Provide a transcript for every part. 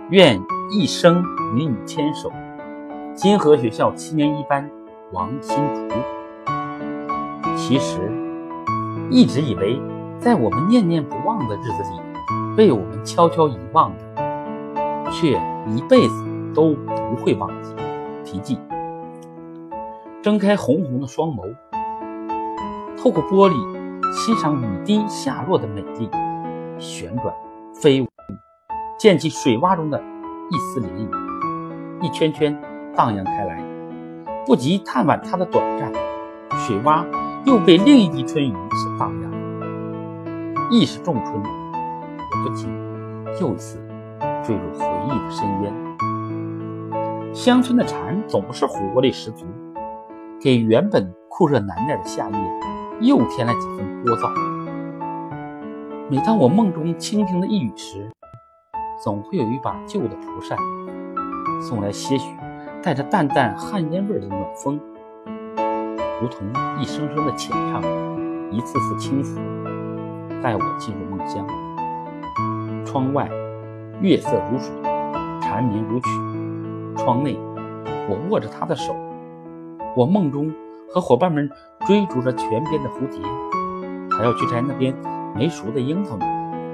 愿一生与你牵手。金河学校7年1班王新竹。其实一直以为在我们念念不忘的日子里，被我们悄悄遗忘的，却一辈子都不会忘记。题记：睁开红红的双眸，透过玻璃欣赏雨滴下落的美丽，旋转飞舞，溅起水洼中的一丝涟漪，一圈圈荡漾开来，不及探晚它的短暂，水洼又被另一滴春雨所荡漾。亦是仲春，我不禁又一次坠入回忆的深渊。乡村的蝉总是活力十足，给原本酷热难耐的夏夜又添了几分聒噪。每当我梦中倾听的一语时，总会有一把旧的蒲扇送来些许带着淡淡汗烟味的暖风，如同一声声的浅唱，一次次轻抚，带我进入梦乡。窗外月色如水，蝉鸣如曲，窗内我握着他的手，我梦中和伙伴们追逐着泉边的蝴蝶，还要去摘那边没熟的樱桃呢。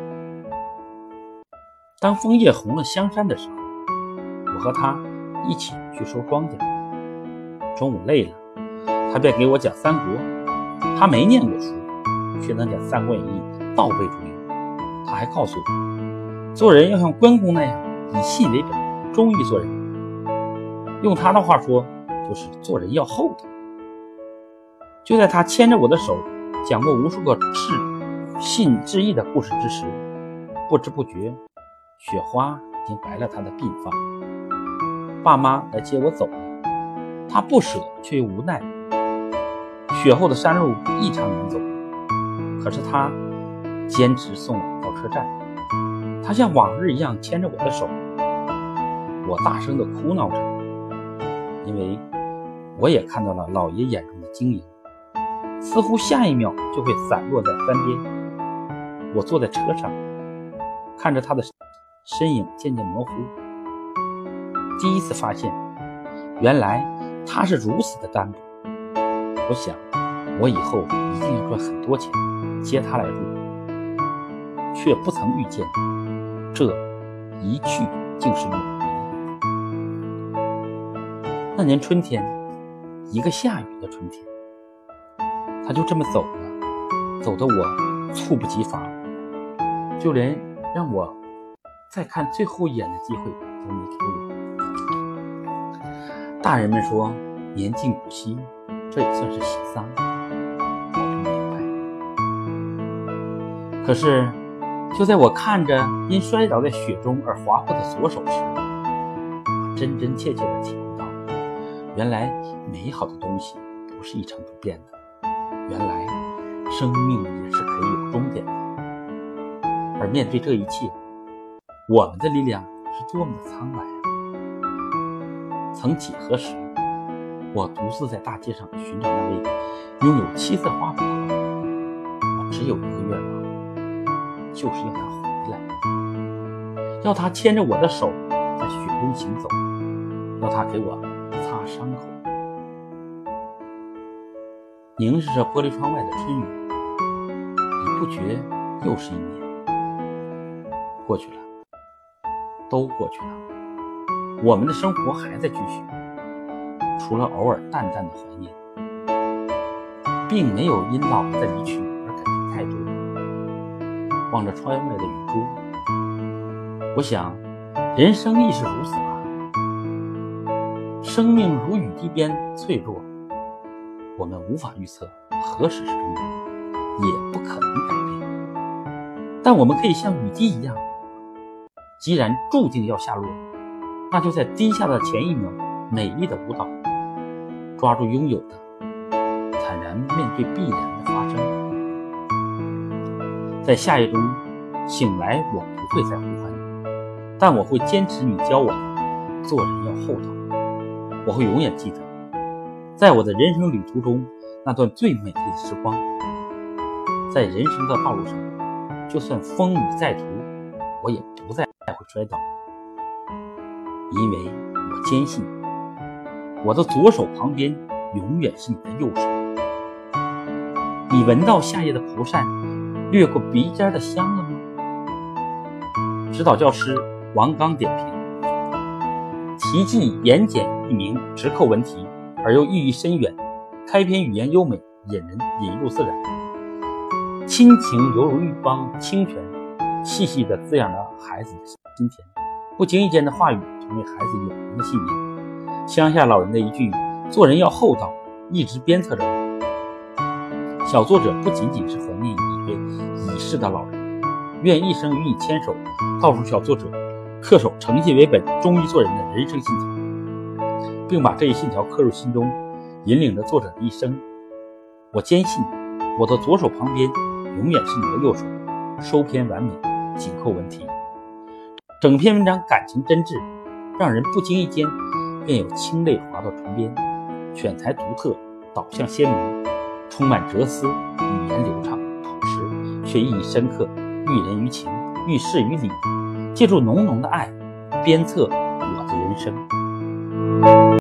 当枫叶红了香山的时候，我和他一起去收庄稼。中午累了，他便给我讲三国。他没念过书，却能将《三国演义》倒背如流。他还告诉我，做人要像关公那样以信为本，忠于做人。用他的话说，就是做人要厚道。就在他牵着我的手讲过无数个信致意的故事之时，不知不觉雪花已经白了他的鬓发。爸妈来接我走了，他不舍却又无奈。雪后的山路异常难走，可是他坚持送我到车站。他像往日一样牵着我的手，我大声地哭闹着，因为我也看到了老爷眼中的晶莹，似乎下一秒就会散落在山边。我坐在车上，看着他的身影渐渐模糊，第一次发现原来他是如此的单薄。我想我以后一定要赚很多钱接他来入，却不曾预见这一去竟是永别。那年春天，一个下雨的春天，他就这么走了，走得我猝不及防，就连让我再看最后一眼的机会都没给我。大人们说年近古稀，这也算是喜丧，我不明白。可是就在我看着因摔倒在雪中而划破的左手时，我真真切切地体会到，原来美好的东西不是一成不变的，原来生命也是可以有终点的。而面对这一切，我们的力量是多么的苍白啊！曾几何时，我独自在大街上寻找那位拥有7色花朵的我只有一个愿望，就是要他回来，要他牵着我的手在雪中行走，要他给我擦伤口。凝视着玻璃窗外的春雨，你不觉又是一年过去了，都过去了。我们的生活还在继续，除了偶尔淡淡的怀念，并没有因老人的离去而改变太多。望着窗外的雨珠，我想人生亦是如此吧。生命如雨滴般脆弱，我们无法预测何时是终点，也不可能改变。但我们可以像雨滴一样，既然注定要下落，那就在滴下的前一秒美丽的舞蹈，抓住拥有的，坦然面对必然的发生。在夏夜中醒来，我不会再呼唤你，但我会坚持你教我的做人要厚道。我会永远记得，在我的人生旅途中那段最美丽的时光。在人生的道路上，就算风雨再途，我也不再会摔倒， 因为我坚信我的左手旁边永远是你的右手。你闻到夏夜的蒲扇掠过鼻尖的香了吗？指导教师王刚点评：题记言简意明，直扣问题，而又寓意深远。开篇语言优美，引人引入自然，亲情犹如一汪清泉，细细地滋养了孩子的心田。不经意间的话语成为孩子永恒的信念。乡下老人的一句做人要厚道，一直鞭策着我。小作者不仅仅是怀念一位已逝的老人，愿一生与你牵手，道出小作者恪守诚信为本，忠于做人的人生信条，并把这一信条刻入心中，引领着作者的一生。我坚信我的左手旁边永远是你的右手。收篇完美，紧扣问题。整篇文章感情真挚，让人不经意间便有清泪滑到唇边。选材独特，导向鲜明，充满哲思，语言流畅朴实，却意义深刻，喻人于情，喻事于理，借助浓浓的爱鞭策我的人生。